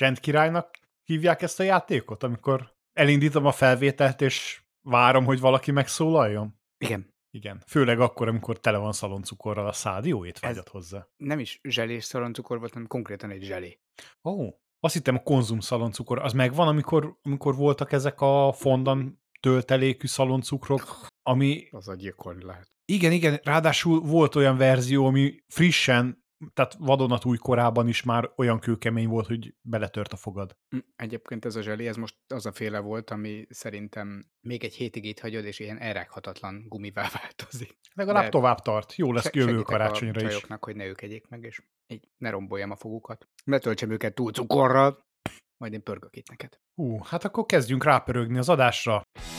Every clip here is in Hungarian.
Csendkirálynak hívják ezt a játékot, amikor elindítom a felvételt, és várom, hogy valaki megszólaljon? Igen. Igen. Főleg akkor, amikor tele van szaloncukorral a szád. Jó étvágyat hozzá. Nem is zselés szaloncukor volt, hanem konkrétan egy zselé. Azt hittem a konzum szaloncukor. Az megvan, amikor voltak ezek a fondan töltelékű szaloncukrok, ami... Az a gyilkolni lehet. Igen, ráadásul volt olyan verzió, ami frissen, tehát vadonatúj korában is már olyan kőkemény volt, hogy beletört a fogad. Egyébként ez a zselé, ez most az a féle volt, ami szerintem még egy hétig itt hagyod, és ilyen elrághatatlan gumivá változik. Legalább tovább tart. Jó lesz jövő karácsonyra a csajoknak, hogy ne ők egyék meg, és így ne romboljam a fogukat. Ne töltsem őket túl cukorral, majd én pörgök itt neked. Hát akkor kezdjünk rápörögni az adásra.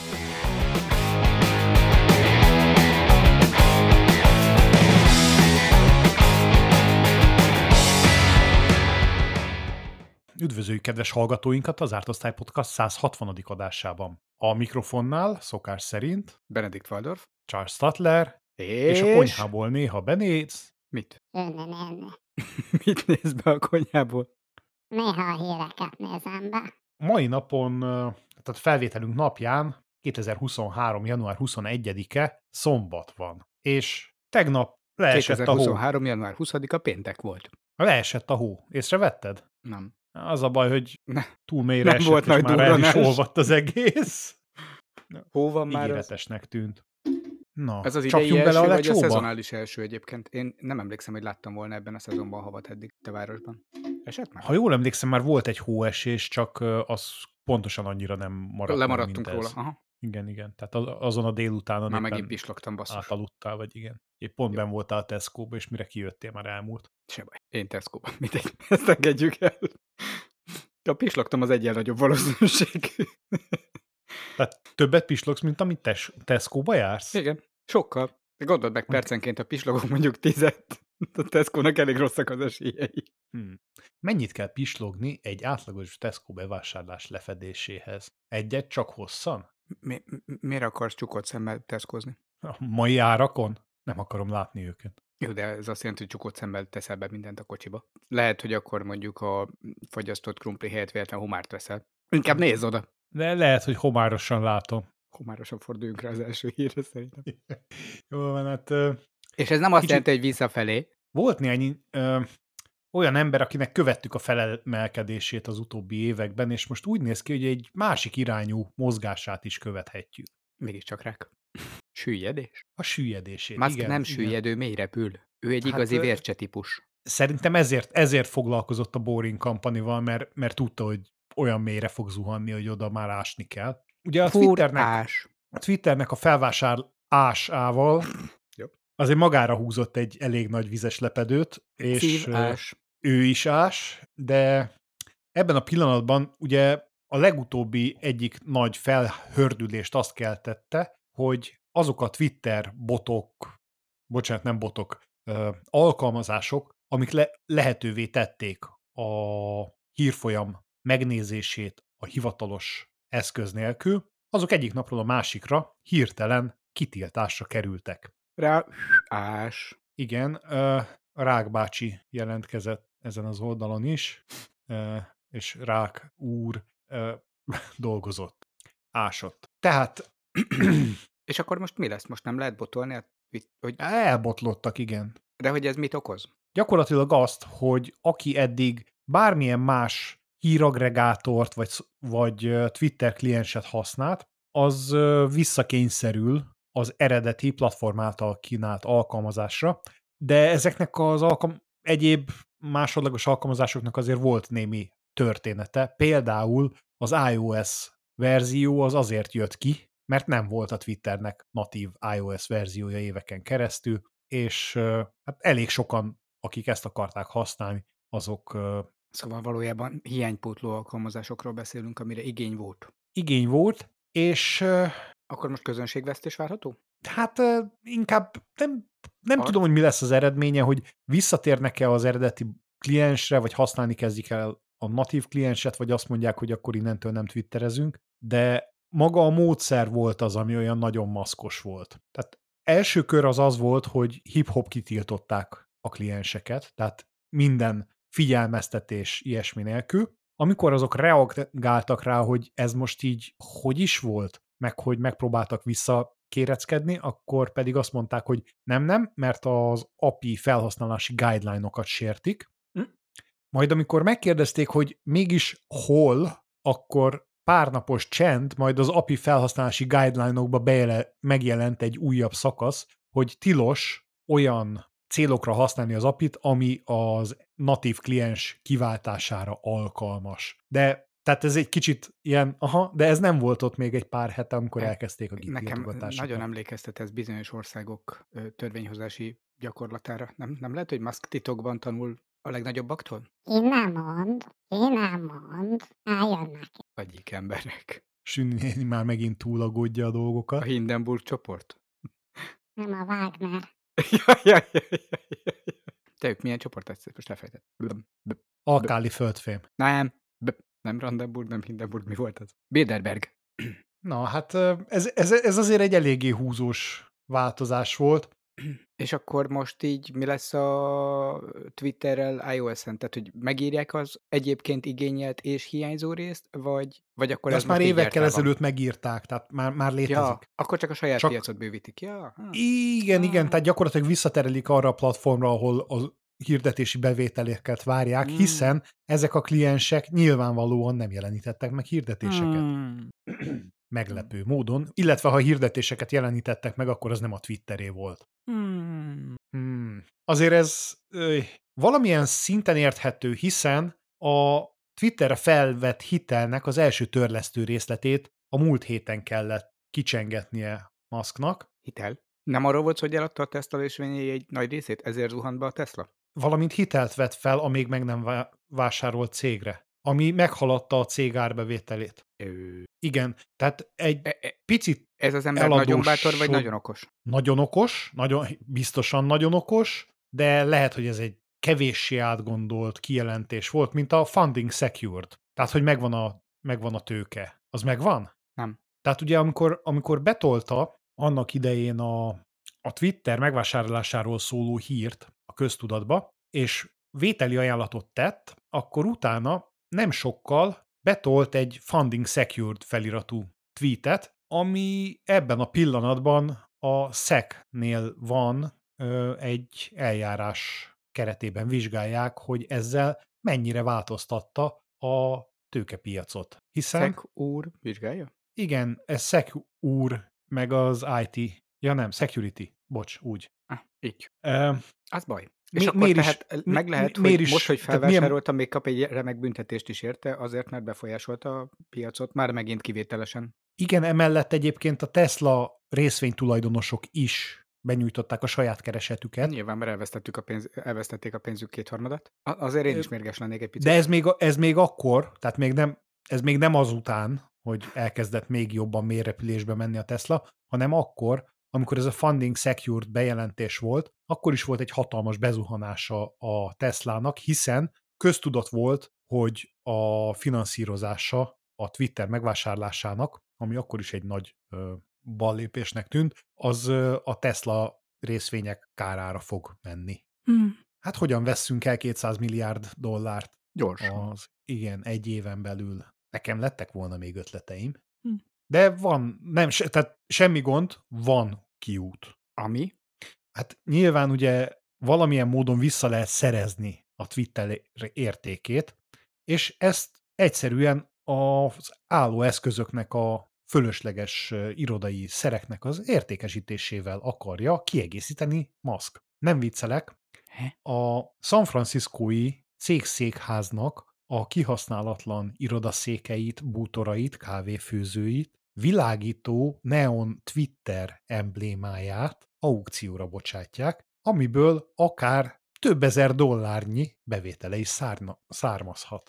Üdvözöljük kedves hallgatóinkat az Zárt Osztály Podcast 160. adásában. A mikrofonnál szokás szerint Benedikt Waldorf. Charles Statler, és a konyhából néha benéz. Mit? Enne. Mit néz be a konyhából? Néha a híreket nézem be. Mai napon, tehát felvételünk napján, 2023. január 21-e szombat van. És tegnap leesett 2023. a hó. január 20-a péntek volt. Leesett a hó. Észrevetted? Nem. Az a baj, hogy túl mélyre Nem esett, volt és nagy már el is durranás. olvadt az egész. Hó van már az? Ígéretesnek tűnt. Na, Ez az idei csapjunk bele első, a vagy a lecsóba? szezonális első egyébként? Én nem emlékszem, hogy láttam volna ebben a szezonban havat eddig te városban. Esett már? Ha jól emlékszem, már volt egy hóesés, csak az pontosan annyira nem maradt Lemaradtunk meg, mint róla. ez. Aha. Igen. Tehát azon a délutánon Már éppen megint pislogtam, basszus. átaludtál, vagy igen. Épp pont benn voltál a Tesco-ba, és mire kijöttél, már elmúlt. Se baj. Én Tesco-ban. Mindegy. Ezt engedjük el. A pislogtam az egyen nagyobb valószínűség. Tehát többet pislogsz, mint amit Tesco-ba jársz? Igen. Sokkal. De gondold meg, percenként, ha pislogok mondjuk 10, a Tesco-nak elég rosszak az esélyei. Mennyit kell pislogni egy átlagos Tesco bevásárlás lefedéséhez? Egyet csak hosszan? Miért akarsz csukott szemmel Tescozni? A mai árakon? Nem akarom látni őket. Jó, de ez azt jelenti, hogy csukott szemmel teszel be mindent a kocsiba. Lehet, hogy akkor mondjuk a fagyasztott krumpli helyett véletlenül homárt veszel. Inkább nézz oda. De lehet, hogy homárosan látom. Homárosan forduljunk rá az első hírre szerintem. Jó van, hát... És ez nem azt jelenti, hogy visszafelé. Volt néhány olyan ember, akinek követtük a felemelkedését az utóbbi években, és most úgy néz ki, hogy egy másik irányú mozgását is követhetjük. Mégiscsak rák. Süllyedés? A süllyedését, Musk igen. nem igen. süllyedő, mély repül. Ő egy igazi vércse típus. Szerintem ezért foglalkozott a Boring Company-val, mert tudta, hogy olyan mélyre fog zuhanni, hogy oda már ásni kell. Ugye a Twitternek a felvásárlásával azért magára húzott egy elég nagy vizes lepedőt, és Szívás. Ő is ás, de ebben a pillanatban ugye a legutóbbi egyik nagy felhördülést azt keltette, hogy azok a Twitter alkalmazások, amik lehetővé tették a hírfolyam megnézését a hivatalos eszköz nélkül, azok egyik napról a másikra hirtelen kitiltásra kerültek. Ás. Igen, Rák bácsi jelentkezett ezen az oldalon is, és Rák úr dolgozott, ásott. Tehát... És akkor most mi lesz? Most nem lehet botolni? Hogy... Elbotlottak, igen. De hogy ez mit okoz? Gyakorlatilag azt, hogy aki eddig bármilyen más híragregátort vagy Twitter klienset használt, az visszakényszerül az eredeti platform által kínált alkalmazásra, de ezeknek az egyéb másodlagos alkalmazásoknak azért volt némi története. Például az iOS verzió az azért jött ki, mert nem volt a Twitternek natív iOS verziója éveken keresztül, és hát elég sokan, akik ezt akarták használni, azok... Szóval valójában hiánypótló alkalmazásokról beszélünk, amire igény volt. Igény volt, és... Akkor most közönségvesztés várható? Hát inkább nem tudom, hogy mi lesz az eredménye, hogy visszatérnek-e az eredeti kliensre, vagy használni kezdik el a natív klienset, vagy azt mondják, hogy akkor innentől nem twitterezünk, de maga a módszer volt az, ami olyan nagyon maszkos volt. Tehát első kör az volt, hogy hip-hop kitiltották a klienseket, tehát minden figyelmeztetés ilyesmi nélkül, amikor azok reagáltak rá, hogy ez most így hogy is volt, meg hogy megpróbáltak visszakéreckedni, akkor pedig azt mondták, hogy nem, mert az API felhasználási guideline-okat sértik. Majd amikor megkérdezték, hogy mégis hol, akkor párnapos csend, majd az API felhasználási guideline-okba megjelent egy újabb szakasz, hogy tilos olyan célokra használni az API-t, ami az natív kliens kiváltására alkalmas. De tehát ez egy kicsit ilyen, de ez nem volt ott még egy pár hete, amikor elkezdték a Git Nekem tiltogatásokat. nagyon emlékeztet ez bizonyos országok törvényhozási gyakorlatára. Nem lehet, hogy Musk titokban tanul a legnagyobbaktól? Én nem mond, álljon neki. Egyik emberek. Süni néni már megint túlagódja a A dolgokat. Hindenburg csoport? Nem a Wagner. Jaj. Te ők milyen csoport ezt most lefejtett? Alkáli földfém. Nem Brandenburg, nem Hindenburg, mi volt az? Bilderberg. Na, hát ez azért egy eléggé húzós változás volt. És akkor most így mi lesz a Twitterrel, iOS-en? Tehát, hogy megírják az egyébként igényelt és hiányzó részt, vagy akkor De ez azt már most így évekkel gyártva van? ezelőtt megírták, tehát már létezik. Ja, akkor csak a saját Csak- piacot bővítik. Ja, Igen, tehát gyakorlatilag visszaterelik arra a platformra, ahol a hirdetési bevételeket várják, hiszen ezek a kliensek nyilvánvalóan nem jelenítettek meg hirdetéseket. Meglepő módon, illetve ha hirdetéseket jelenítettek meg, akkor az nem a Twitteré volt. Azért ez valamilyen szinten érthető, hiszen a Twitterre felvett hitelnek az első törlesztő részletét a múlt héten kellett kicsengetnie Musknak, Hitel. Nem arról volt, hogy eladta a Tesla részvényei egy nagy részét, ezért zuhant be a Tesla? valamint hitelt vett fel a még meg nem vásárolt cégre, ami meghaladta a cég árbevételét. Igen, tehát egy picit Ez az ember nagyon bátor, vagy nagyon okos? Nagyon okos, biztosan nagyon okos, de lehet, hogy ez egy kevéssé átgondolt kijelentés volt, mint a funding secured. Tehát, hogy megvan a tőke. Az megvan? Nem. Tehát ugye, amikor betolta annak idején a Twitter megvásárlásáról szóló hírt a köztudatba, és vételi ajánlatot tett, akkor utána nem sokkal betolt egy funding secured feliratú tweetet, ami ebben a pillanatban a SEC-nél van, egy eljárás keretében vizsgálják, hogy ezzel mennyire változtatta a tőkepiacot. Hiszen SEC úr vizsgálja? igen, ez SEC úr, meg az IT. Ja nem, security. Bocs, úgy. Így. Uh, Az baj. És akkor tehát meg lehet, hogy most, hogy felvásárolta, még kap egy remek büntetést is érte, azért, mert befolyásolta a piacot, már megint kivételesen. Igen, emellett egyébként a Tesla részvénytulajdonosok is benyújtották a saját keresetüket. Nyilván, mert elvesztették a pénzük 2/3. Azért én is mérges lennék egy picit. De ez még akkor, tehát ez még nem azután, hogy elkezdett még jobban mélyrepülésbe menni a Tesla, hanem akkor, amikor ez a funding secured bejelentés volt, akkor is volt egy hatalmas bezuhanása a Teslának, hiszen köztudott volt, hogy a finanszírozása a Twitter megvásárlásának, ami akkor is egy nagy ballépésnek tűnt, az a Tesla részvények kárára fog menni. Hát hogyan vesszünk el $200 milliárd? Gyorsan. Igen, egy éven belül. Nekem lettek volna még ötleteim. De van, tehát semmi gond, van kiút. Ami? Hát nyilván ugye valamilyen módon vissza lehet szerezni a Twitter értékét, és ezt egyszerűen az álló eszközöknek a fölösleges irodai szereknek az értékesítésével akarja kiegészíteni Musk. Nem viccelek, a San Franciscói cégszékháznak a kihasználatlan irodaszékeit, bútorait, kávéfőzőit, világító neon Twitter emblémáját aukcióra bocsátják, amiből akár több ezer dollárnyi bevétele is származhat.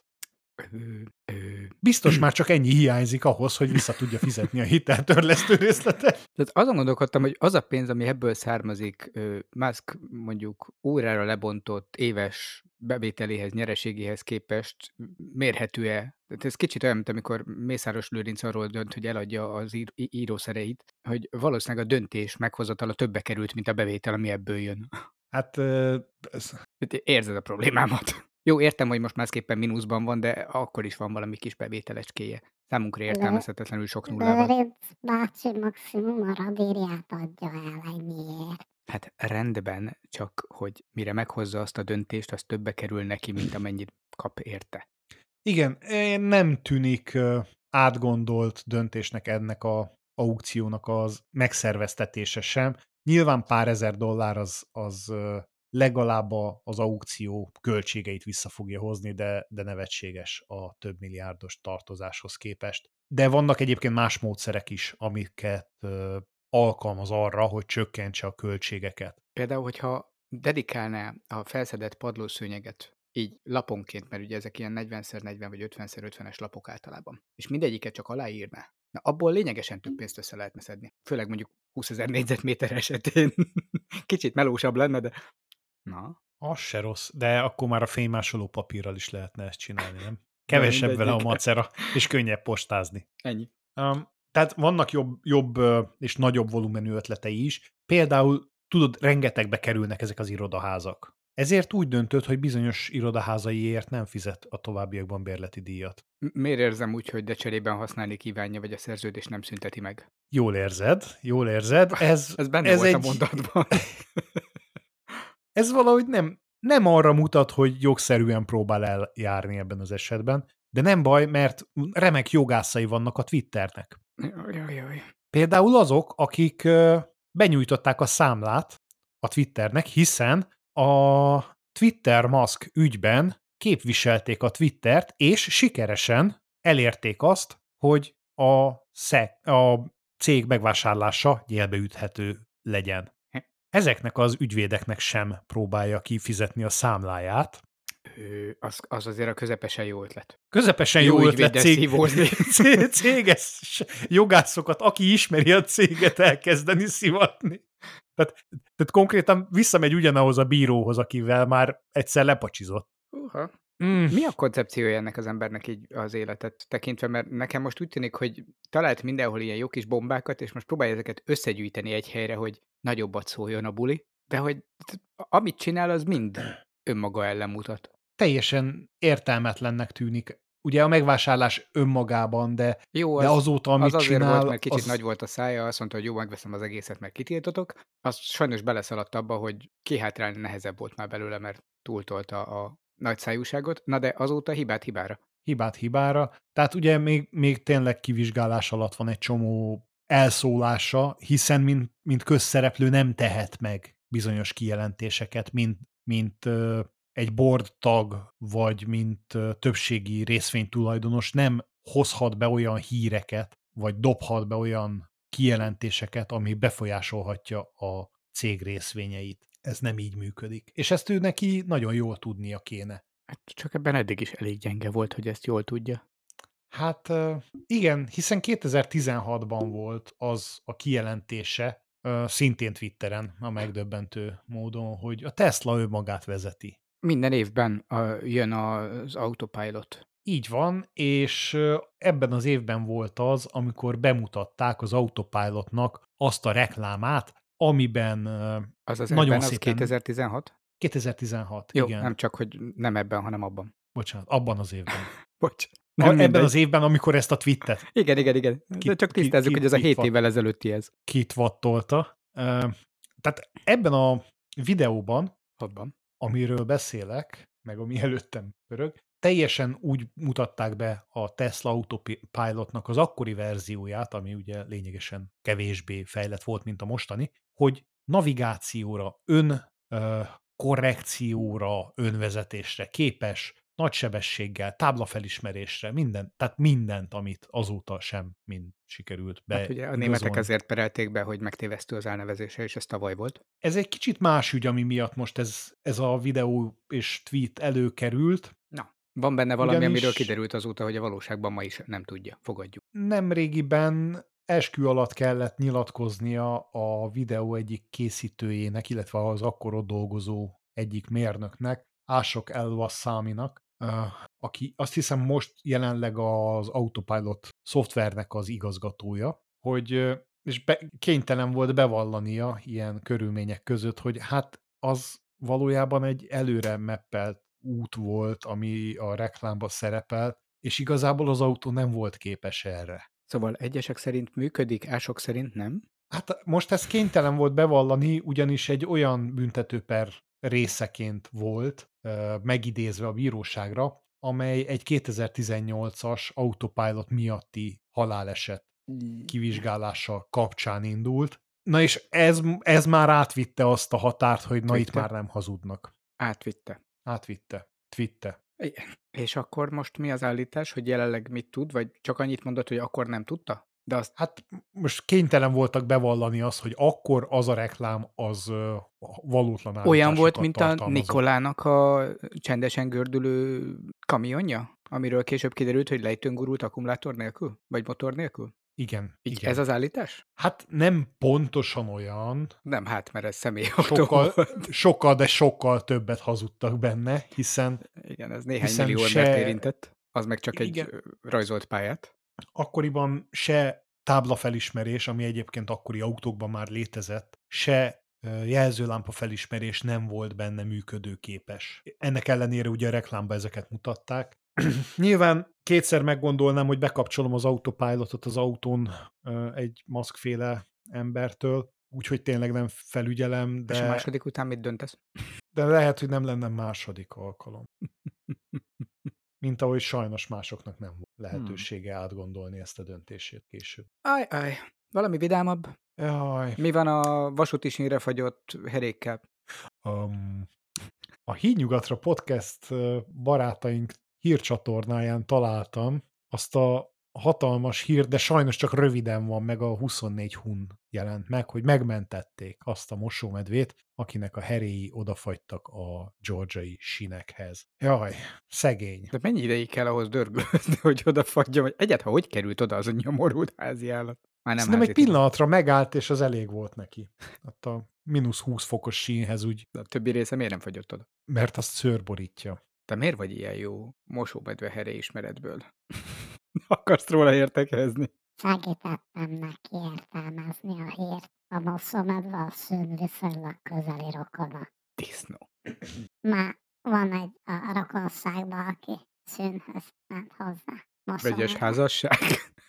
Biztos már csak ennyi hiányzik ahhoz, hogy vissza tudja fizetni a hiteltörlesztő részletet. Tehát azon gondolkodtam, hogy az a pénz, ami ebből származik, Musk mondjuk órára lebontott éves bevételéhez, nyereségéhez képest mérhető-e? Tehát ez kicsit olyan, mint amikor Mészáros Lőrinc arról dönt, hogy eladja az írószereit, hogy valószínűleg a döntés meghozatala többe került, mint a bevétel, ami ebből jön. Hát Érzed a problémámat? Jó, értem, hogy most másképpen mínuszban van, de akkor is van valami kis bevételecskéje. Számunkra értelmezhetetlenül sok nullával. Lőrinc bácsi maximum a radírját adja el ennyiért. Hát rendben, csak hogy mire meghozza azt a döntést, az többe kerül neki, mint amennyit kap érte. Igen, nem tűnik átgondolt döntésnek ennek a aukciónak az megszerveztetése sem. Nyilván pár ezer dollár az legalább az aukció költségeit vissza fogja hozni, de nevetséges a több milliárdos tartozáshoz képest. De vannak egyébként más módszerek is, amiket alkalmaz arra, hogy csökkentse a költségeket. Például, hogyha dedikálná a felszedett padlószőnyeget így laponként, mert ugye ezek ilyen 40x40 vagy 50x50-es lapok általában, és mindegyiket csak aláírná, na abból lényegesen több pénzt össze lehetne szedni. Főleg mondjuk 20 000 négyzetméter esetén. Kicsit melósabb lenne, de na. Az se rossz, de akkor már a fénymásoló papírral is lehetne ezt csinálni, nem? De Kevesebb vele a mindegyik. macera, és könnyebb postázni. Ennyi. Tehát vannak jobb és nagyobb volumenű ötletei is. Például, tudod, rengetegbe kerülnek ezek az irodaházak. Ezért úgy döntött, hogy bizonyos irodaházaiért nem fizet a továbbiakban bérleti díjat. Miért érzem úgy, hogy de cserében használni kívánja, vagy a szerződés nem szünteti meg? Jól érzed. Ez benne ez volt a egy, mondatban. ez valahogy nem arra mutat, hogy jogszerűen próbál eljárni ebben az esetben, de nem baj, mert remek jogászai vannak a Twitternek. Jaj. Például azok, akik benyújtották a számlát a Twitternek, hiszen a Twitter Musk ügyben képviselték a Twittert, és sikeresen elérték azt, hogy a cég megvásárlása jelbeüthető legyen. Ezeknek az ügyvédeknek sem próbálja kifizetni a számláját. Az azért a közepesen jó ötlet. Közepesen jó ötlet ügyvéddel szívózni. céges jogászokat, aki ismeri a céget, elkezdeni szivatni. Tehát konkrétan visszamegy ugyanahoz a bíróhoz, akivel már egyszer lepacsizott. Mi a koncepciója ennek az embernek így az életet tekintve? Mert nekem most úgy tűnik, hogy talált mindenhol ilyen jó kis bombákat, és most próbálja ezeket összegyűjteni egy helyre, hogy nagyobbat szóljon a buli, de hogy amit csinál, az mind önmaga ellen mutat. Teljesen értelmetlennek tűnik. Ugye a megvásárlás önmagában, de Jó, de azóta, amit az azért csinál... volt, mert kicsit nagy volt a szája, azt mondta, hogy jó, megveszem az egészet, mert kitiltotok. Az sajnos beleszaladt abba, hogy kihátrálni nehezebb volt már belőle, mert túltolta a nagy szájúságot. Na de azóta hibát hibára. Hibát hibára. Tehát ugye még tényleg kivizsgálás alatt van egy csomó elszólása, hiszen mint közszereplő nem tehet meg bizonyos kijelentéseket, mint egy board tag, vagy mint többségi részvénytulajdonos nem hozhat be olyan híreket, vagy dobhat be olyan kijelentéseket, ami befolyásolhatja a cég részvényeit. Ez nem így működik. És ezt ő neki nagyon jól tudnia kéne. Hát csak ebben eddig is elég gyenge volt, hogy ezt jól tudja. Hát igen, hiszen 2016-ban volt az a kijelentése, szintén Twitteren, a megdöbbentő módon, hogy a Tesla önmagát vezeti. Minden évben jön az autopilot. Így van, és ebben az évben volt az, amikor bemutatták az autopilotnak azt a reklámát, amiben Az nagyon ebben szépen... az 2016? 2016, Jó, igen. nem csak, hogy nem ebben, hanem abban. Bocsánat, abban az évben. Bocs. Ebben az évben, amikor ezt a tweetet Igen. De csak tisztázzuk, hogy ez a 7 évvel ezelőtti ez. kitvattolta. Tehát ebben a videóban, Abban. amiről beszélek, meg ami előttem pörög, teljesen úgy mutatták be a Tesla Autopilotnak az akkori verzióját, ami ugye lényegesen kevésbé fejlett volt, mint a mostani, hogy navigációra, korrekcióra, önvezetésre képes, nagy sebességgel, táblafelismerésre, tehát mindent, amit azóta sem mind sikerült Hát ugye a németek ezért perelték be, hogy megtévesztő az elnevezése, és ez tavaly volt. Ez egy kicsit más ügy, ami miatt most ez a videó és tweet előkerült. Na, van benne valami, Ugyanis amiről kiderült azóta, hogy a valóságban ma is nem tudja. Fogadjuk. nemrégiben eskü alatt kellett nyilatkoznia a videó egyik készítőjének, illetve az akkor ott dolgozó egyik mérnöknek, Ashok El-Wassaminak, aki azt hiszem most jelenleg az Autopilot szoftvernek az igazgatója, hogy és kénytelen volt bevallania ilyen körülmények között, hogy hát az valójában egy előre mappelt út volt, ami a reklámban szerepelt, és igazából az autó nem volt képes erre. Szóval egyesek szerint működik, mások szerint nem? Hát most ez kénytelen volt bevallani, ugyanis egy olyan büntetőper részeként volt megidézve a bíróságra, amely egy 2018-as autopilot miatti haláleset kivizsgálása kapcsán indult. Na és ez már átvitte azt a határt, hogy na itt már nem hazudnak. Átvitte. Twitte. Igen. És akkor most mi az állítás, hogy jelenleg mit tud, vagy csak annyit mondott, hogy akkor nem tudta? De azt Hát most kénytelen voltak bevallani azt, hogy akkor az a reklám az valótlan állításokat olyan volt, mint a tartalmazott. Nikolának a csendesen gördülő kamionja, amiről később kiderült, hogy lejtőn gurult akkumulátor nélkül? Vagy motor nélkül? Igen, Így igen. ez az állítás? Hát nem pontosan olyan, Nem, hát mert ez személyautó volt. sokkal többet hazudtak benne, hiszen Igen, ez néhány hiszen millió se- embert érintett. Az meg csak Igen. egy rajzolt pályát. akkoriban se táblafelismerés, ami egyébként akkori autókban már létezett, se jelzőlámpa felismerés nem volt benne működőképes. Ennek ellenére ugye a reklámban ezeket mutatták. Nyilván kétszer meggondolnám, hogy bekapcsolom az autopilotot az autón egy maszkféle embertől, úgyhogy tényleg nem felügyelem, És a második után mit döntesz? de lehet, hogy nem lenne második alkalom. Mint ahogy sajnos másoknak nem volt lehetősége átgondolni ezt a döntését később. Aj, valami vidámabb. Jaj, Mi van a vasúti sínre fagyott herékkel? a Hídnyugatra podcast barátaink hírcsatornáján találtam azt a hatalmas hír, de sajnos csak röviden van meg, a 24 hun jelent meg, hogy megmentették azt a mosómedvét, akinek a heréi odafagytak a georgiai sínekhez. Jaj, szegény. De mennyi ideig kell ahhoz dörgölni, hogy odafagyja, vagy egyáltalán hogy került oda az a nyomorult házi állat? Már nem Szerintem egy házi, pillanatra megállt, és az elég volt neki. Ott a -20 fokos sínhez úgy, de a többi része miért nem fagyott oda? mert azt szőr borítja. Te miért vagy ilyen jó mosómedve here ismeretből? Akarsz róla értekezni? Segítettem neki értelmezni a hírt. A moszomedve a szűn viszonylag közeli rokona. Disznó. Már van egy a rokonságban, aki szűnhöz ment hozzá. Vegyes Moszomedve. házasság?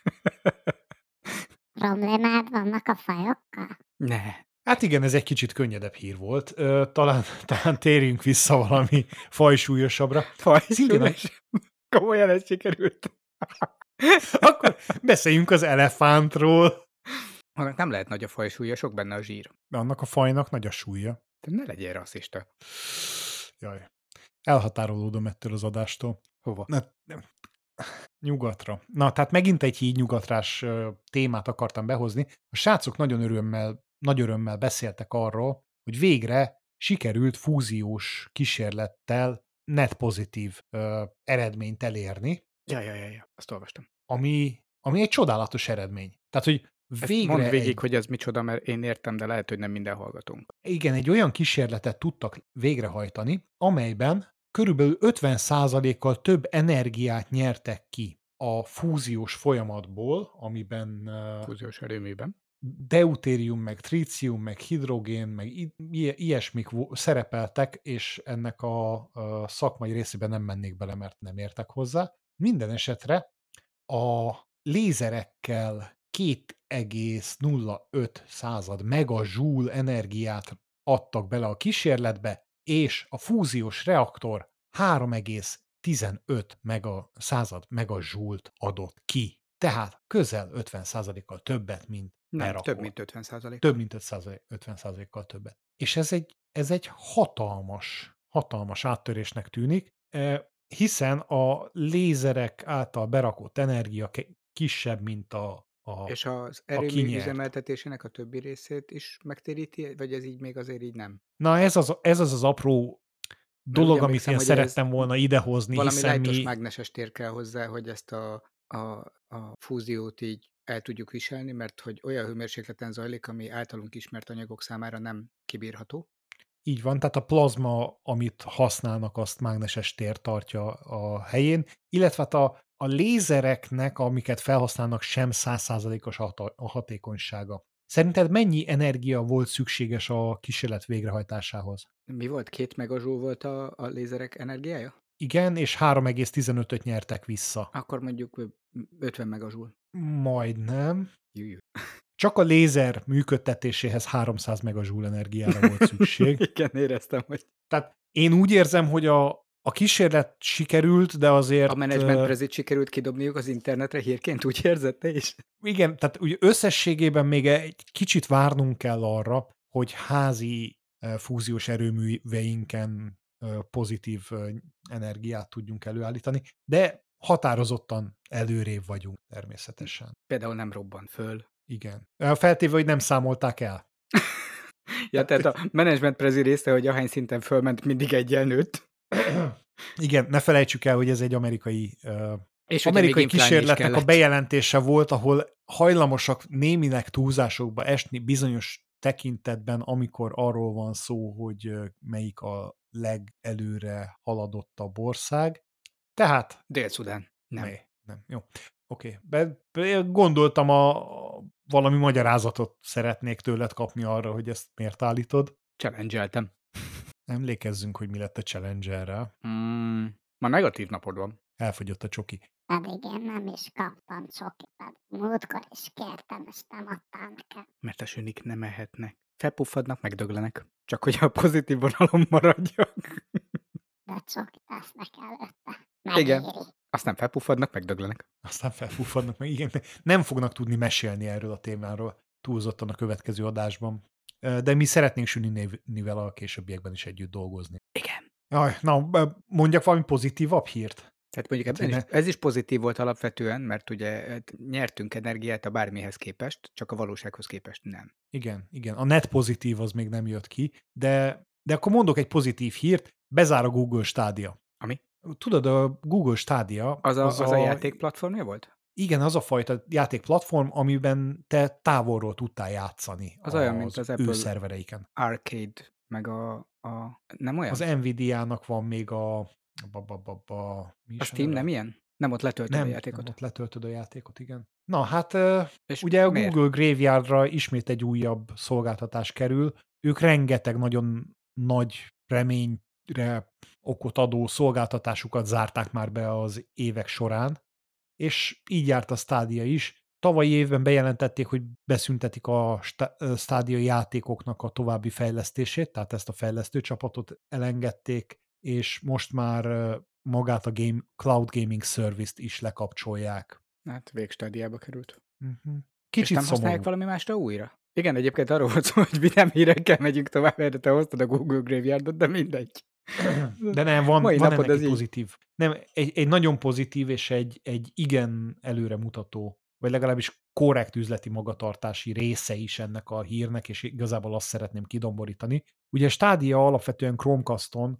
Problémád vannak a fajokkal? Ne. Hát igen, ez egy kicsit könnyedebb hír volt. Talán térjünk vissza valami fajsúlyosabbra. Szintén Fajsúlyos? Komolyan ez sikerült. Akkor beszéljünk az elefántról. Annak nem lehet nagy a fajsúlya, sok benne a zsír. De annak a fajnak nagy a súlya. Te ne legyél rasszista. Jaj. Elhatárolódom ettől az adástól. Hova? Nyugatra. Na, tehát megint egy hídnyugatrás témát akartam behozni. A srácok nagy örömmel beszéltek arról, hogy végre sikerült fúziós kísérlettel net pozitív eredményt elérni, Ja, azt olvastam. ami egy csodálatos eredmény. Tehát, hogy végre Mondd végig, hogy ez micsoda, mert én értem, de lehet, hogy nem minden hallgatónk. igen, egy olyan kísérletet tudtak végrehajtani, amelyben körülbelül 50%-kal több energiát nyertek ki a fúziós folyamatból, amiben Fúziós erőműben. deutérium, meg trícium, meg hidrogén, meg ilyesmik szerepeltek, és ennek a szakmai részében nem mennék bele, mert nem értek hozzá. Minden esetre a lézerekkel 2,05 megajoule energiát adtak bele a kísérletbe, és a fúziós reaktor 3,15 megajoule-t adott ki. Tehát közel 50%-kal többet, mint Nem, berakott. több mint 50%. Több mint 50%-kal többet. És ez egy hatalmas áttörésnek tűnik, hiszen a lézerek által berakott energia kisebb, mint És az a erőmű kinyert. üzemeltetésének a többi részét is megtéríti, vagy ez így még azért így nem? Na ez az apró dolog, ugye amit emlékszem, én hogy ez szerettem volna idehozni, Valami hiszen lájtos mi... mágneses tér kell hozzá, hogy ezt a fúziót így el tudjuk viselni, mert hogy olyan hőmérsékleten zajlik, ami általunk ismert anyagok számára nem kibírható. Így van, tehát a plazma, amit használnak, azt mágneses tér tartja a helyén, illetve hát a lézereknek, amiket felhasználnak, sem 100%-os a hatékonysága. Szerinted mennyi energia volt szükséges a kísérlet végrehajtásához? Mi volt? 2 megajoule volt a lézerek energiája? Igen, és 3,15-öt nyertek vissza. Akkor mondjuk 50 megajoule. Majdnem. Jújú. Csak a lézer működtetéséhez 300 megajoule energiára volt szükség. Igen, éreztem, hogy... Tehát én úgy érzem, hogy a kísérlet sikerült, de azért... A management prezit sikerült kidobniuk az internetre hírként, úgy érzed te is? Igen, tehát ugye összességében még egy kicsit várnunk kell arra, hogy házi fúziós erőműveinken pozitív energiát tudjunk előállítani, de határozottan előrébb vagyunk természetesen. Például nem robban föl. Igen. Feltéve, hogy nem számolták el. Ja, tehát a management prezi része, hogy ahány szinten fölment, mindig egyen nőtt. Igen, ne felejtsük el, hogy ez egy amerikai És ugye amerikai még inflálni is kísérletnek a kellett. bejelentése volt, ahol hajlamosak némileg túlzásokba esni bizonyos tekintetben, amikor arról van szó, hogy melyik a legelőre haladottabb ország. Tehát... Dél-Szudán. Nem. Nem. Jó. Oké. Gondoltam, valami magyarázatot szeretnék tőled kapni arra, hogy ezt miért állítod. Challenge-eltem. Emlékezzünk, hogy mi lett a Challengerrel. Ma negatív napod van. Elfogyott a csoki. Pedig én nem is kaptam csokikat. Múltkor is kértem, és nem adtam nekem. Mert a sünik nem ehetnek. Felpuffadnak, megdöglenek. Csak hogy a pozitív vonalon maradjak. De csokit esznek előtte. Igen. Megéri. Aztán felpuffadnak, megdöglenek. Aztán felfúfadnak meg. Igen, nem fognak tudni mesélni erről a témáról túlzottan a következő adásban. De mi szeretnénk Süni nével a későbbiekben is együtt dolgozni. Igen. Jaj, na, mondjak valami pozitívabb hírt. Tehát mondjuk ebben is, ez is pozitív volt alapvetően, mert ugye nyertünk energiát a bármihez képest, csak a valósághoz képest nem. Igen. A net pozitív az még nem jött ki, de akkor mondok egy pozitív hírt, bezár a Google Stadia. Ami? Tudod, a Google Stadia... Az a játékplatformja volt? Igen, az a fajta játékplatform, amiben te távolról tudtál játszani az olyan, mint az Apple szervereiken. Arcade, meg nem olyan? Az Nvidia-nak van még a Steam nem ilyen? Nem, ott letöltöd a játékot. Nem, ott letöltöd a játékot, igen. Na, hát és ugye a miért? Google Graveyardra ismét egy újabb szolgáltatás kerül. Ők rengeteg nagyon nagy reményre okot adó szolgáltatásukat zárták már be az évek során, és így járt a Stadia is. Tavalyi évben bejelentették, hogy beszüntetik a Stadia játékoknak a további fejlesztését, tehát ezt a fejlesztő csapatot elengedték, és most már magát a Cloud Gaming Service-t is lekapcsolják. Hát végstadiába került. Kicsit és nem szomorú. használják valami másra újra? Igen, egyébként arról volt szó, hogy vidám hírekkel megyünk tovább, mert te hoztad a Google Graveyardot, de mindegy. De nem, van ennek egy így. pozitív. Nem, egy nagyon pozitív és egy igen előremutató, vagy legalábbis korrekt üzleti magatartási része is ennek a hírnek, és igazából azt szeretném kidomborítani. Ugye Stadia alapvetően Chromecaston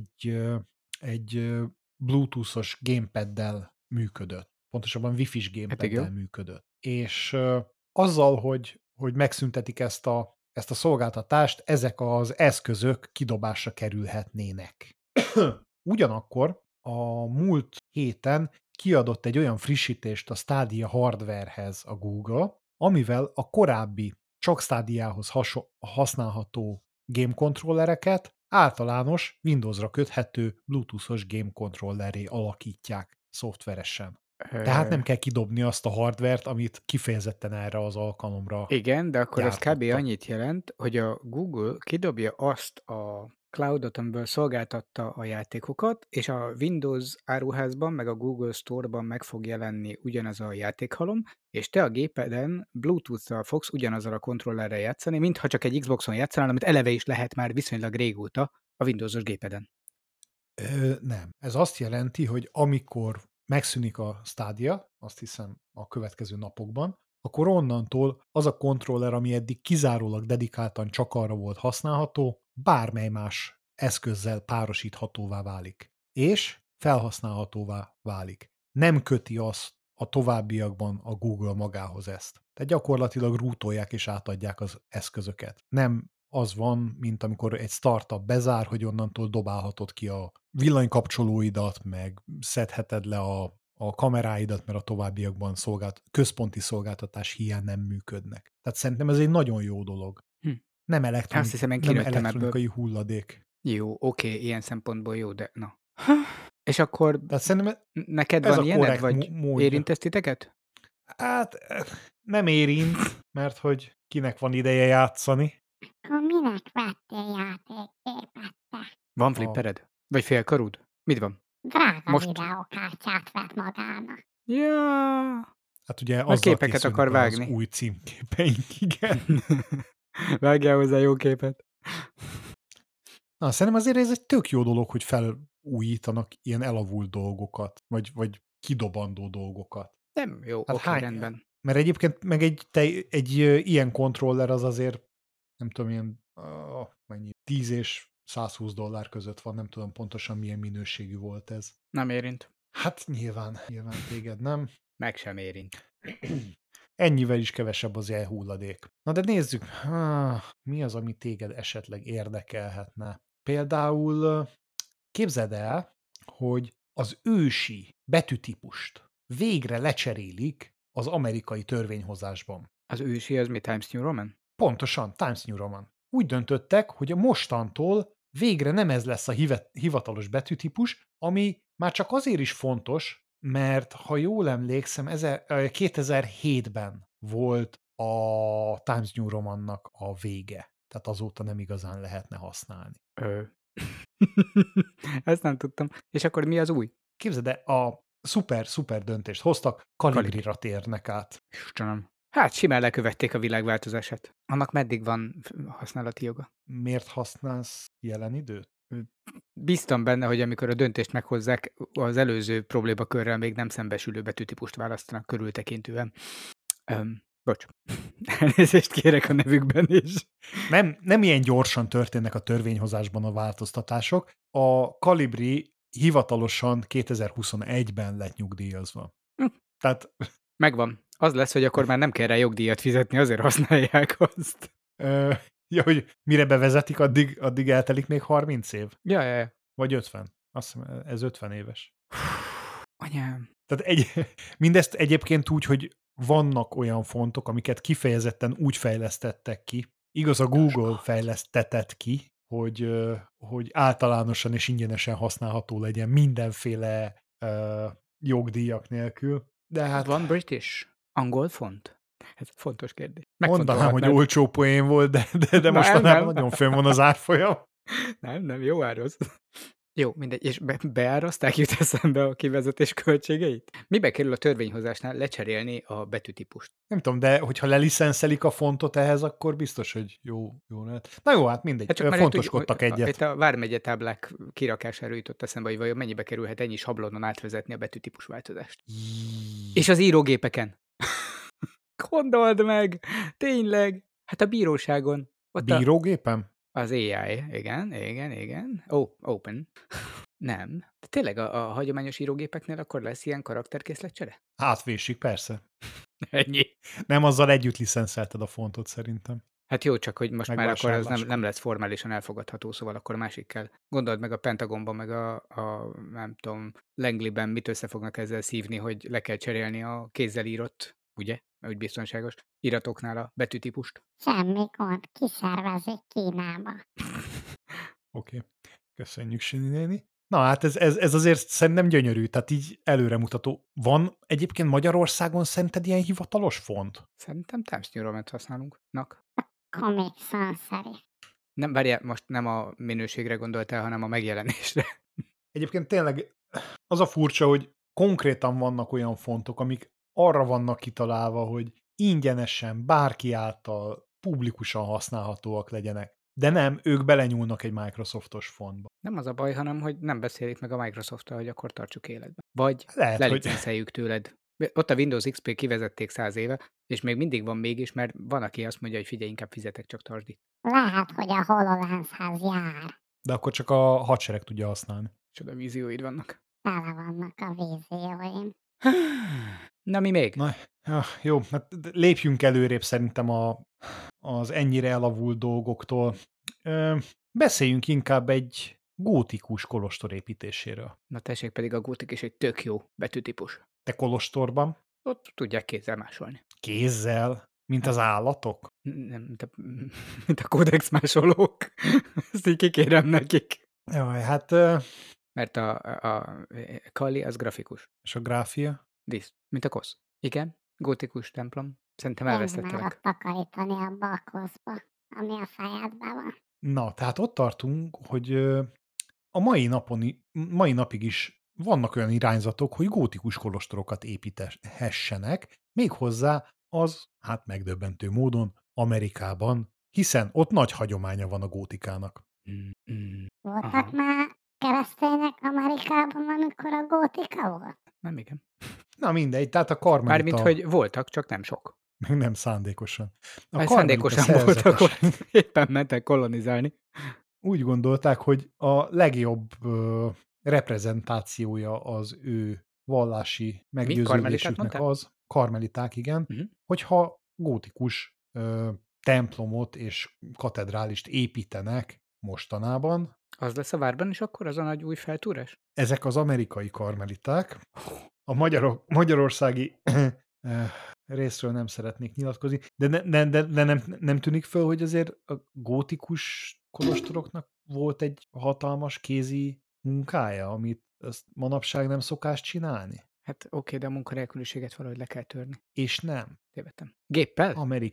egy Bluetooth-os gamepaddel működött. Pontosabban Wi-Fi-s gamepaddel működött. És azzal, hogy megszüntetik ezt a szolgáltatást, ezek az eszközök kidobásra kerülhetnének. Ugyanakkor a múlt héten kiadott egy olyan frissítést a Stadia hardwarehez a Google, amivel a korábbi csak Stadiahoz használható game controllereket általános Windowsra köthető Bluetooth-os game controllerré alakítják szoftveresen. Tehát nem kell kidobni azt a hardvert, amit kifejezetten erre az alkalomra igen, de akkor gyártottak. ez kb. Annyit jelent, hogy a Google kidobja azt a cloudot, amiből szolgáltatta a játékokat, és a Windows áruházban, meg a Google Store-ban meg fog jelenni ugyanaz a játékhalom, és te a gépeden Bluetooth-szal fogsz ugyanazzal a kontrollerrel játszani, mintha csak egy Xboxon játszanál, amit eleve is lehet már viszonylag régóta a Windows-os gépeden. Nem. Ez azt jelenti, hogy amikor megszűnik a Stadia, azt hiszem a következő napokban, akkor onnantól az a kontroller, ami eddig kizárólag dedikáltan csak arra volt használható, bármely más eszközzel párosíthatóvá válik. És felhasználhatóvá válik. Nem köti azt a továbbiakban a Google magához ezt. Tehát gyakorlatilag rútolják és átadják az eszközöket. Nem az van, mint amikor egy startup bezár, hogy onnantól dobálhatod ki a villanykapcsolóidat, meg szedheted le a kameráidat, mert a továbbiakban központi szolgáltatás hiány nem működnek. Tehát szerintem ez egy nagyon jó dolog. Hm. Nem, Azt hiszem, én nem kinőttem ebből. elektronikai hulladék. Jó, oké, ilyen szempontból jó, de na. És akkor Tehát szerintem neked ez van a ilyened, korrekt vagy módja. érint ezt titeket? Hát nem érint, mert hogy kinek van ideje játszani. Akkor minek vettél játékgépet te? Van flippered? Vagy félkarúd? Mit van? Drága Most- videókártyát vett magának. Ja. Hát ugye Meg azzal képeket készülnek akar el az vágni. új címképeink, igen. Vágjál hozzá jó képet. Na, szerintem azért ez egy tök jó dolog, hogy felújítanak ilyen elavult dolgokat, vagy kidobandó dolgokat. Nem, jó, Hát oké, rendben. Mert egyébként meg egy ilyen kontroller az azért, nem tudom, ilyen mennyi, 10 és $120 között van, nem tudom pontosan milyen minőségű volt ez. Nem érint. Hát nyilván téged nem. Meg sem érint. Ennyivel is kevesebb az ilyen hulladék. Na de nézzük, mi az, ami téged esetleg érdekelhetne. Például képzeld el, hogy az ősi betűtípust végre lecserélik az amerikai törvényhozásban. Az ősi az mi? Times New Roman? Pontosan, Times New Roman. Úgy döntöttek, hogy a mostantól végre nem ez lesz a hivatalos betűtípus, ami már csak azért is fontos, mert ha jól emlékszem, 2007-ben volt a Times New Romannak a vége. Tehát azóta nem igazán lehetne használni. Ezt nem tudtam. És akkor mi az új? Képzeld, de a szuper döntést hoztak, Kalibrira térnek át. Istenem. Hát simán lekövették a világváltozását. Annak meddig van használati joga? Miért használsz jelen időt? Bíztam benne, hogy amikor a döntést meghozzák, az előző problémakörrel még nem szembesülő betűtípust választanak körültekintően. Bocs. Elnézést kérek a nevükben is. Nem ilyen gyorsan történnek a törvényhozásban a változtatások. A Calibri hivatalosan 2021-ben lett nyugdíjazva. Tehát Megvan. Az lesz, hogy akkor már nem kell rá jogdíjat fizetni, azért használják azt. ja, hogy mire bevezetik, addig eltelik még 30 év? Ja. Vagy 50? Azt hiszem, ez 50 éves. Anyám. Tehát mindezt egyébként úgy, hogy vannak olyan fontok, amiket kifejezetten úgy fejlesztettek ki, igaz, a Google fejlesztetett ki, hogy általánosan és ingyenesen használható legyen mindenféle jogdíjak nélkül. De hát Van British? Angol font? Ez fontos kérdés. mondanám, hogy olcsó poén volt, de mostanában nem. nagyon fönn van az árfolyam. Nem, jó ároz. Jó, mindegy. És beárazták, jut eszembe a kivezetés költségeit? Mibe kerül a törvényhozásnál lecserélni a betűtípust? Nem tudom, de hogyha lelicenszelik a fontot ehhez, akkor biztos, hogy jó lehet. Na jó, hát mindegy, Hát csak már fontoskodtak egyet. Itt a vármegye táblák kirakásáról jutott eszembe, hogy vajon mennyibe kerülhet ennyi sablonon átvezetni a betűtípus változást. És az írógépeken. Gondold meg! Tényleg! Hát a bíróságon. Ott Bírógépen? Az AI, igen. Open. Nem. De tényleg a hagyományos írógépeknél akkor lesz ilyen karakterkészletcsere? Átvésik, persze. Ennyi. Nem azzal együtt licenszelted a fontot szerintem. Hát jó, csak hogy most már akkor ez Megvásárláskor. nem lesz formálisan elfogadható, szóval akkor a másik kell. Gondold meg a Pentagonban, meg a nem tudom, Langley-ben mit össze fognak ezzel szívni, hogy le kell cserélni a kézzel írott, ugye? Mert úgy biztonságos iratoknál a betűtípust. Semmi gond, kiszervezik Kínába. Oké. Köszönjük, Sini néni. Na hát ez azért szerintem gyönyörű, tehát így előremutató. Van egyébként Magyarországon szerinted ilyen hivatalos font? Szerintem Times New Roman-t használunk. Comic Sans-szerű. Nem, várjál, most nem a minőségre gondoltál, hanem a megjelenésre. Egyébként tényleg az a furcsa, hogy konkrétan vannak olyan fontok, amik arra vannak kitalálva, hogy ingyenesen, bárki által publikusan használhatóak legyenek. De nem, ők belenyúlnak egy Microsoftos fontba. Nem az a baj, hanem hogy nem beszélik meg a Microsoft-tal, hogy akkor tartsuk életben. Vagy Lehet, hogy lelicenceljük tőled. Ott a Windows XP kivezették 100 éve, és még mindig van mégis, mert van, aki azt mondja, hogy figyelj, inkább fizetek, csak tartsd itt. Lehet, hogy a HoloLenshez jár. de akkor csak a hadsereg tudja használni. Csoda vízióid vannak. Tele vannak a vízióim. Na, mi még? Na, jó, hát lépjünk előrébb szerintem az ennyire elavult dolgoktól. Beszéljünk inkább egy gótikus kolostor építéséről. Na tessék, pedig a gótik is egy tök jó betűtípus. Te kolostorban Ott tudják kézzel másolni. kézzel, mint az állatok? Nem, mint a kódex másolók. Ezt így kikérem nekik. Jaj, hát Mert a Kali az grafikus. és a gráfia? Dísz. Mint a kosz. Igen, gótikus templom. Szerintem Én már elvesztettelek. ott takarítani abba a koszba, ami a fejedben van. Na, tehát ott tartunk, hogy a mai napig is vannak olyan irányzatok, hogy gótikus kolostorokat építhessenek, méghozzá az, hát megdöbbentő módon, Amerikában, hiszen ott nagy hagyománya van a gótikának. Voltak Aha. már keresztények Amerikában, amikor a gótika volt? Nem, igen. Na mindegy, tehát a karmelita, Mármint, hogy voltak, csak nem sok. meg nem szándékosan. A Vagy karmelita szándékosan voltak szerzetesek ott. Éppen mentek kolonizálni. úgy gondolták, hogy a legjobb reprezentációja az ő vallási meggyőződésüknek Karmeliták az, karmeliták, igen, hogyha gótikus templomot és katedrálist építenek mostanában. Az lesz a várban is akkor, az a nagy új feltúrás? Ezek az amerikai karmeliták. A magyarországi részről nem szeretnék nyilatkozni, de nem tűnik föl, hogy azért a gótikus kolostoroknak volt egy hatalmas kézi munkája, amit ezt manapság nem szokás csinálni. Hát oké, de a munkanélküliséget valahogy le kell törni. És nem. Tévedtem. Géppel?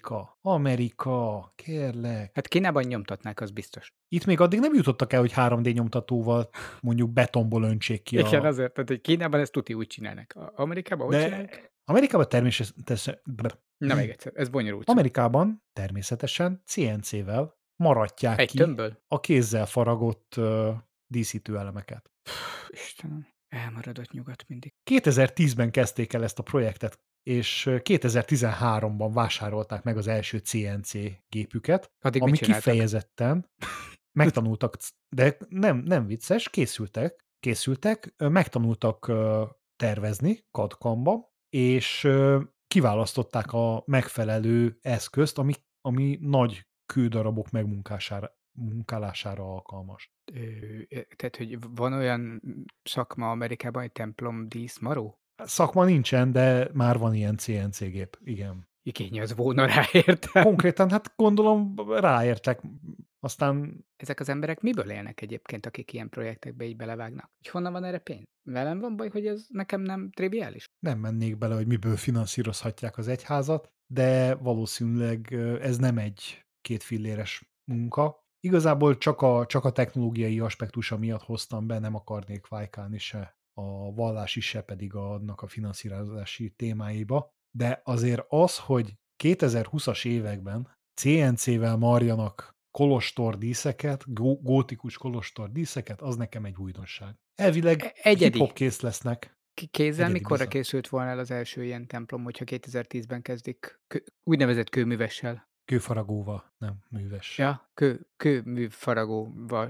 Amerika, kérlek. Hát Kínában nyomtatnák, az biztos. Itt még addig nem jutottak el, hogy 3D nyomtatóval mondjuk betonból öntsék ki Igen, azért, tehát hogy Kínában ezt tuti úgy csinálnak. Amerikában hogy csinálják? De Amerikában természetesen... Na még egyszer, ez bonyolult. Amerikában természetesen CNC-vel maradják Egy ki tömbből? a kézzel faragott díszítő elemeket. Istenem, elmaradott nyugat mindig. 2010-ben kezdték el ezt a projektet, és 2013-ban vásárolták meg az első CNC gépüket, Addig ami mit csináltak? kifejezetten megtanultak, de nem vicces, készültek, megtanultak tervezni CAD-CAM-ba, és kiválasztották a megfelelő eszközt, ami nagy kődarabok megmunkálására alkalmas. Tehát, hogy van olyan szakma Amerikában, egy templom díszmaró? Szakma nincsen, de már van ilyen CNC gép, igen. Igény az volna rá, értem. Konkrétan, hát gondolom ráértek, aztán Ezek az emberek miből élnek egyébként, akik ilyen projektekbe így belevágnak? Hogy honnan van erre pénz? Velem van baj, hogy ez nekem nem triviális? nem mennék bele, hogy miből finanszírozhatják az egyházat, de valószínűleg ez nem egy kétfilléres munka. Igazából csak a technológiai aspektusa miatt hoztam be, nem akarnék vájkálni se a vallási, se pedig annak a finanszírozási témáiba, de azért az, hogy 2020-as években CNC-vel marjanak kolostordíszeket, gótikus kolostordíszeket, az nekem egy újdonság. Elvileg Egyedi. hip-hop kész lesznek. Kézzel Egyedi mikorra bizony. készült volna el az első ilyen templom, hogyha 2010-ben kezdik úgynevezett kőművessel? Kőfaragóval, nem műves. Ja, kőműfaragóval.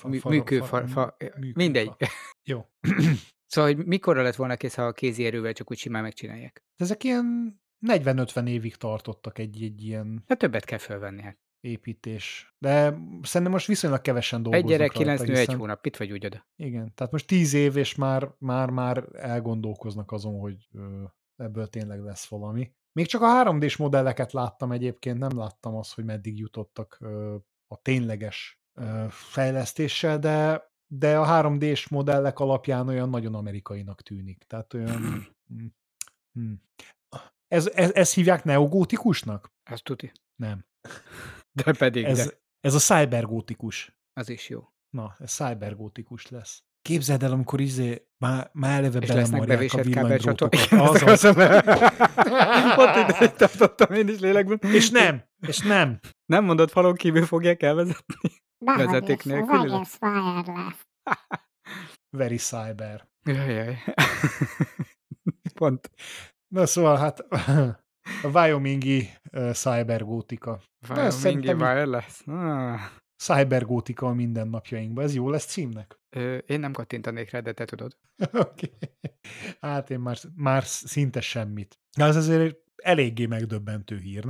Mindegy. Jó. Szóval, hogy mikorra lett volna kész, ha a kézi erővel csak úgy simán megcsinálják? Ezek ilyen 40-50 évig tartottak egy ilyen Hát többet kell fölvenni, hát. építés. De szerintem most viszonylag kevesen Egy dolgoznak gyerek, rajta, 9 nő, 1 hiszen- hónap. Itt vagy úgy oda. Igen, tehát most 10 év, és már elgondolkoznak azon, hogy ebből tényleg lesz valami. Még csak a 3D-s modelleket láttam egyébként, nem láttam azt, hogy meddig jutottak a tényleges fejlesztéssel, de a 3D-s modellek alapján olyan nagyon amerikainak tűnik. Tehát olyan... Ez hívják neogótikusnak? Az tuti. Nem. De pedig, de. Ez a cybergótikus. Az is jó. Na, ez cybergótikus lesz. Képzeld el, amikor már eleve És lesznek belemarják a bevésett villanydrótokat. kábelcsatornák. Ott ide tartottam én is lélekben. És nem. Nem mondod, falon kívül fogják elvezetni. Dehogy Vezeték is, nélküli az lesz? egész wireless. Very cyber. Jajjaj. Pont. Na szóval hát a wyomingi cybergótika. Wyomingi szerintem így- wireless. Cybergótika a mindennapjainkban. Ez jó lesz címnek? Én nem kattintanék rá, de te tudod. Oké. Hát én már szinte semmit. De az azért eléggé megdöbbentő hír, nem?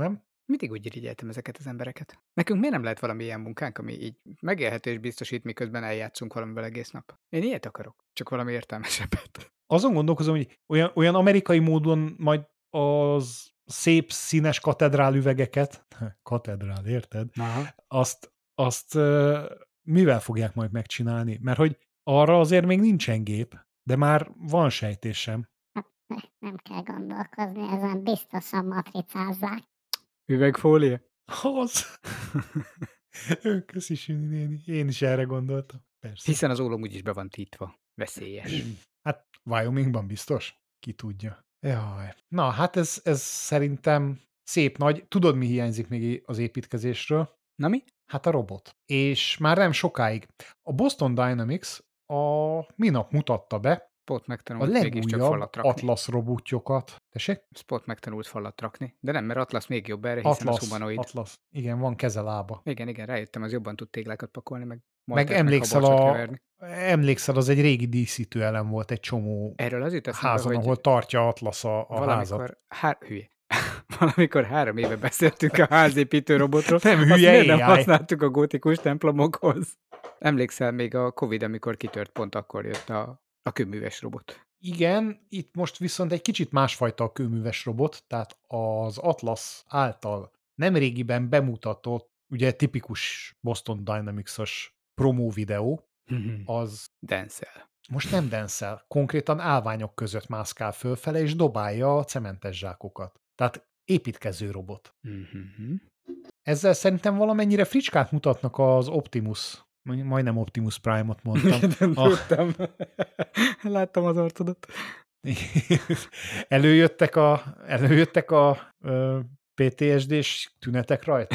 Mindig úgy irigyeltem ezeket az embereket. Nekünk miért nem lehet valami ilyen munkánk, ami így megélhetés biztosít, miközben eljátszunk valamivel egész nap? Én ilyet akarok, csak valami értelmesebbet. Azon gondolkozom, hogy olyan amerikai módon majd az szép színes katedrál üvegeket, katedrál, érted? Aha. Azt mivel fogják majd megcsinálni? Mert hogy arra azért még nincsen gép, de már van sejtésem. Hát nem kell gondolkozni, ezen biztosan matricázzák. Üvegfólia? Az. Köszi, Süni néni. Én is erre gondoltam. Persze. Hiszen az ólom úgyis be van tiltva. Veszélyes. Hát Wyomingban biztos? Ki tudja. Jaj. Na, hát ez szerintem szép nagy. Tudod, mi hiányzik még az építkezésről? Na mi? Hát a robot. És már nem sokáig. A Boston Dynamics minap mutatta be Spot a megtanult mégiscsak legújabb falat rakni. Atlas robotjokat. Tessék? Spot megtanult falat rakni. De nem, mert Atlas még jobb erre, hiszen az humanoid. Atlas. Igen, van keze, lába. Igen, rájöttem, az jobban tud téglákat pakolni, meg Meg emlékszel, az egy régi díszítő elem volt egy csomó erről az jut eszembe, házon, hogy ahol tartja Atlas a házat. Hülye. Valamikor 3 éve beszéltünk a házépítő robotról. Nem Azt hülye, miért nem AI. használtuk a gótikus templomokhoz? Emlékszel, még a Covid, amikor kitört, pont akkor jött a kőműves robot. Igen, itt most viszont egy kicsit másfajta a kőműves robot, tehát az Atlas által nemrégiben bemutatott, ugye tipikus Boston Dynamics-os promó videó, az Denszel. most nem denszel, konkrétan állványok között mászkál fölfele, és dobálja a cementes zsákokat. Tehát építkező robot. Ezzel szerintem valamennyire fricskát mutatnak az Optimus, majdnem Optimus Prime-ot mondtam. Tudtam. Láttam az arcodat. Előjöttek a PTSD-s tünetek rajta?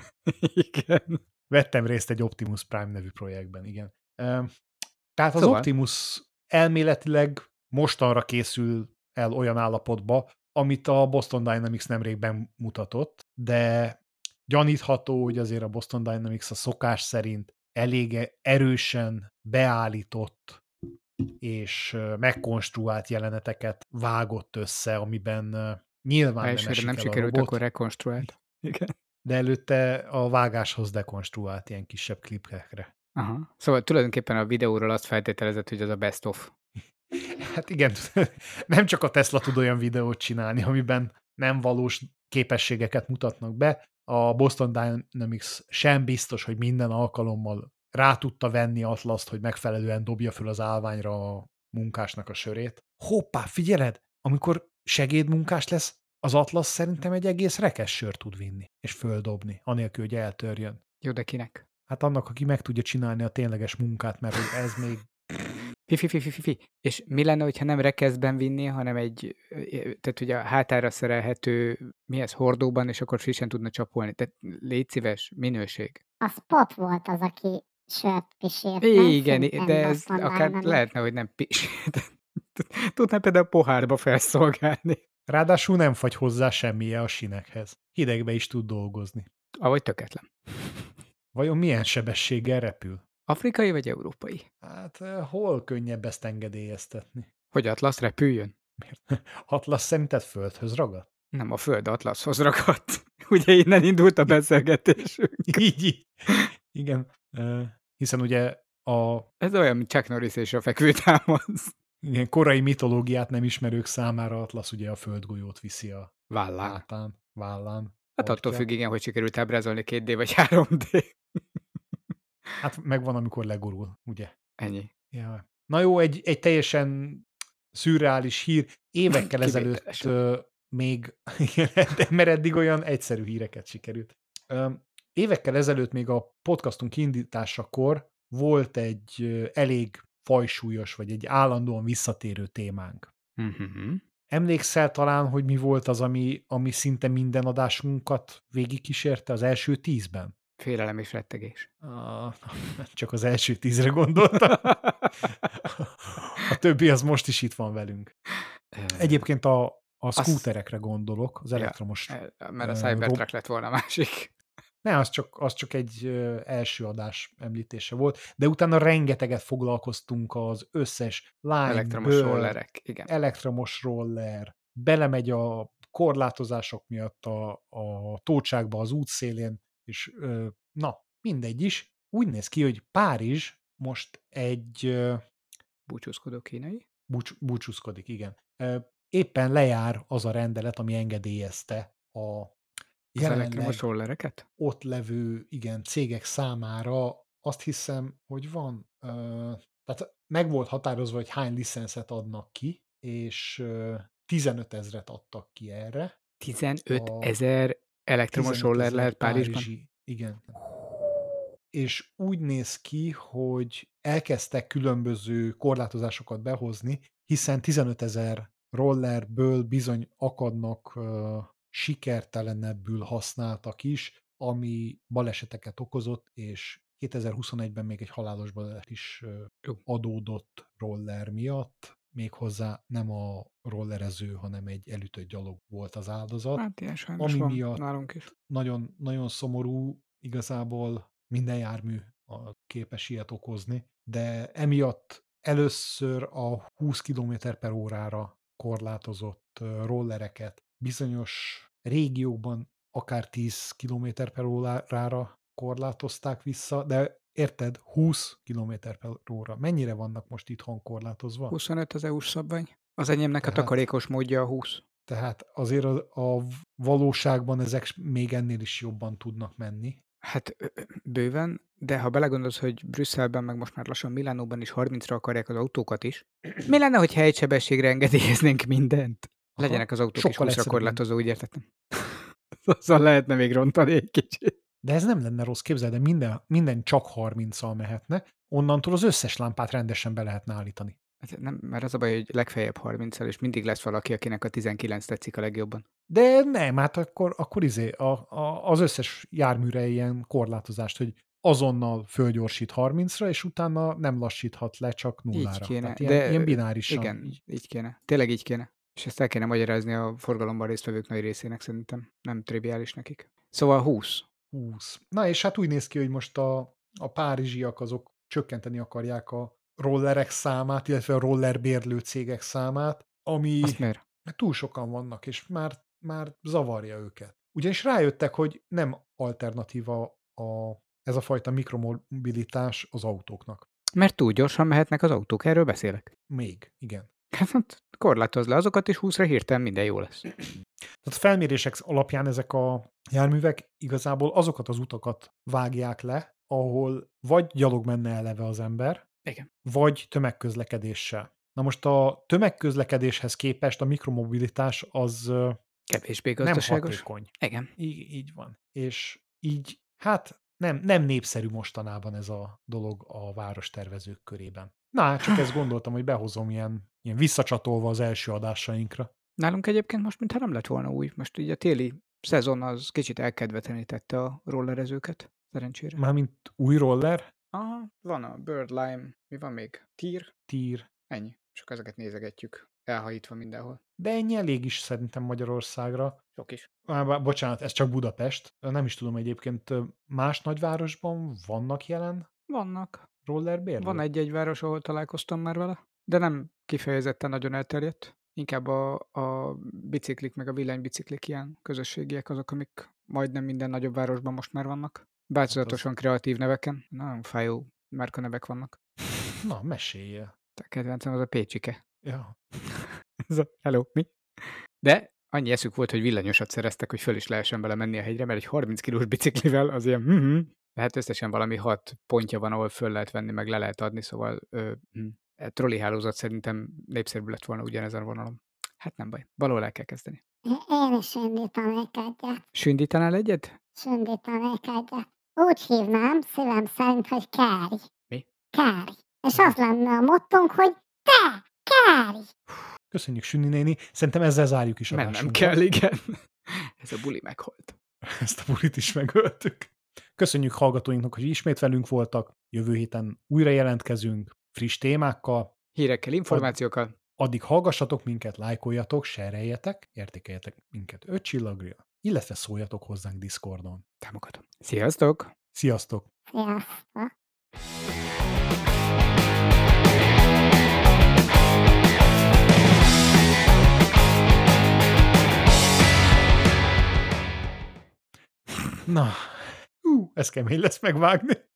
Igen. Vettem részt egy Optimus Prime nevű projektben, igen. Tehát az Szóval? Optimus elméletileg mostanra készül el olyan állapotba, amit a Boston Dynamics nemrég bemutatott, de gyanítható, hogy azért a Boston Dynamics a szokás szerint elég erősen beállított és megkonstruált jeleneteket vágott össze, amiben nyilván Elsőre nem esik el a sikerült, robot, akkor rekonstruált. Igen. de előtte a vágáshoz dekonstruált ilyen kisebb klipekre. Aha. Szóval tulajdonképpen a videóról azt feltételezett, hogy az a best of. Hát igen, nem csak a Tesla tud olyan videót csinálni, amiben nem valós képességeket mutatnak be. A Boston Dynamics sem biztos, hogy minden alkalommal rá tudta venni Atlaszt, hogy megfelelően dobja föl az állványra a munkásnak a sörét. Hoppá, figyeled! Amikor segédmunkás lesz, az Atlas szerintem egy egész rekesz sört tud vinni, és földobni, anélkül, hogy eltörjön. Jó, de kinek? Hát annak, aki meg tudja csinálni a tényleges munkát, mert hogy ez még... Fi. És mi lenne, hogyha nem rekeszben vinni, hanem tehát ugye a hátára szerelhető, mi ez, hordóban, és akkor frissen tudna csapolni. Tehát légy szíves, minőség. A Spot volt az, aki sört pisért. Igen, de ez akár lehetne, hogy nem pisért. Tudná például pohárba felszolgálni. Ráadásul nem fagy hozzá semmije a sinekhez. Hidegbe is tud dolgozni. Ahogy tökéletlen. Vajon milyen sebességgel repül? Afrikai vagy európai? Hát hol könnyebb ezt engedélyeztetni? Hogy Atlasz repüljön? Miért? Atlasz szerinted földhöz ragad? Nem, a Föld Atlaszhoz ragadt. Ugye innen indult a beszélgetésünk. Így. Igen. Hiszen ugye ez olyan, mint Chuck Norris és a fekvőtámasz. Igen, korai mitológiát nem ismerők számára Atlasz ugye a földgolyót viszi a vállán. vállán. Hát attól függ, igen, hogy sikerült ábrázolni 2D vagy 3D. Hát megvan, amikor legurul, ugye? Ennyi. Ja. Na jó, egy teljesen szürreális hír. Évekkel ezelőtt még, mert eddig olyan egyszerű híreket sikerült. Évekkel ezelőtt még a podcastunk indításakor volt egy elég fajsúlyos, vagy egy állandóan visszatérő témánk. Emlékszel talán, hogy mi volt az, ami szinte minden adásunkat végigkísérte az első 10-ben? Félelem és rettegés. Csak az első 10-re gondoltam. A többi az most is itt van velünk. Egyébként a szkúterekre gondolok, az elektromos... Mert a Cybertruck lett volna a másik. Ne, az csak egy első adás említése volt, de utána rengeteget foglalkoztunk az összes Lime, elektromos rollerek, igen. Elektromos roller, belemegy a korlátozások miatt a tócságba az útszélén, és na, mindegy is. Úgy néz ki, hogy Párizs most egy Búcsúzkodó kínai. búcsúzkodik, igen. Éppen lejár az a rendelet, ami engedélyezte a Az elektromos rollereket? ott levő, igen, cégek számára. Azt hiszem, hogy van, tehát meg volt határozva, hogy hány licenszet adnak ki, és 15 000 adtak ki erre. 15 000 elektromos 15 roller 000 lehet Párizsban? párizsi, igen. És úgy néz ki, hogy elkezdtek különböző korlátozásokat behozni, hiszen 15 000 rollerből bizony akadnak sikertelenebbül használtak is, ami baleseteket okozott, és 2021-ben még egy halálos baleset is adódott roller miatt, méghozzá nem a rollerező, hanem egy elütött gyalog volt az áldozat. Hát ilyen sajnos ami van miatt nálunk is. nagyon, nagyon szomorú, igazából minden jármű képes ilyet okozni, de emiatt először a 20 km/h-ra korlátozott rollereket bizonyos régiókban akár 10 km/h-ra korlátozták vissza, de érted, 20 km/h. Mennyire vannak most itthon korlátozva? 25 az EU-s szabvány. Az enyémnek a Tehát- takarékos módja a 20. Tehát azért a valóságban ezek még ennél is jobban tudnak menni. Hát bőven, de ha belegondolsz, hogy Brüsszelben, meg most már lassan Milánóban is 30-ra akarják az autókat is, mi lenne, hogy helysebességre engedélyeznénk mindent? Aha. Legyenek az autók is Sokkal 20-ra egyszerűbb korlátozó, úgy értettem. Azzal lehetne még rontani egy kicsit. De ez nem lenne rossz, képzeld, de minden csak 30-al mehetne, onnantól az összes lámpát rendesen be lehetne állítani. Hát nem, mert az a baj, hogy legfeljebb 30-al, és mindig lesz valaki, akinek a 19 tetszik a legjobban. De nem, hát akkor az összes járműre ilyen korlátozást, hogy azonnal fölgyorsít 30-ra, és utána nem lassíthat le, csak nullára. Így kéne, Tehát de ilyen binárisan. igen, így kéne. Tényleg így kéne. És ezt el kéne magyarázni a forgalomban résztvevők nagy részének szerintem. Nem triviális nekik. Szóval 20. 20. Na és hát úgy néz ki, hogy most a párizsiak azok csökkenteni akarják a rollerek számát, illetve a rollerbérlő cégek számát, ami Azt miért? túl sokan vannak, és már zavarja őket. Ugyanis rájöttek, hogy nem alternatíva ez a fajta mikromobilitás az autóknak. Mert túl gyorsan mehetnek az autók, erről beszélek. Még, igen. Hát korlátozz le azokat, és 20-ra hirtelen minden jó lesz. Tehát a felmérések alapján ezek a járművek igazából azokat az utakat vágják le, ahol vagy gyalog menne eleve az ember, Igen. vagy tömegközlekedéssel. Na most a tömegközlekedéshez képest a mikromobilitás az Kevésbé nem gazdaságos. hatékony. Igen. Így van. És így, hát nem népszerű mostanában ez a dolog a várostervezők körében. Na, csak ezt gondoltam, hogy behozom ilyen visszacsatolva az első adásainkra. Nálunk egyébként most mintha nem lett volna új. Most így a téli szezon az kicsit elkedvetlenítette a rollerezőket, szerencsére. Mármint új roller, Aha, van a Bird Lime, mi van még? tír, Ennyi. Csak ezeket nézegetjük. Elhajítva mindenhol. de ennyi elég is szerintem Magyarországra. Sok is. Bocsánat, ez csak Budapest. Nem is tudom egyébként, más nagyvárosban vannak jelen Vannak. rollerbérlők? Van egy-egy város, ahol találkoztam már vele, de nem kifejezetten nagyon elterjedt. Inkább a biciklik, meg a villanybiciklik ilyen közösségiek azok, amik majdnem minden nagyobb városban most már vannak. Változatosan kreatív neveken. Nagyon fájó márkanevek vannak. Na, meséljél. A kedvencem az a Pécsike. Ja. Ez a hello, mi? De annyi eszük volt, hogy villanyosat szereztek, hogy föl is lehessen vele menni a hegyre, mert egy 30 kilós biciklivel az ilyen Tehát összesen valami 6 pontja van, ahol föl lehet venni, meg le lehet adni, szóval a trolli hálózat szerintem népszerűbb lett volna ugyanezen a vonalon. Hát nem baj, valahol el kell kezdeni. Én is indítanék egyet. Sündítanál egyet? Sündítanék egyet. Úgy hívnám szívem szerint, hogy Kári. Mi? Kári. És az lenne a mottónk, hogy te, Kári. Köszönjük, Sünni néni. Szerintem ezzel zárjuk is a Mennem kell, igen. Ez a buli meghalt. Ezt a bulit is megöltük. Köszönjük hallgatóinknak, hogy ismét velünk voltak. Jövő héten újra jelentkezünk friss témákkal. Hírekkel, információkkal. Addig hallgassatok minket, lájkoljatok, sereljetek, értékeljetek minket 5 csillagra, illetve szóljatok hozzánk Discordon. Támogatom. Sziasztok! Sziasztok! Sziasztok. Na, ez kemény lesz megvágni.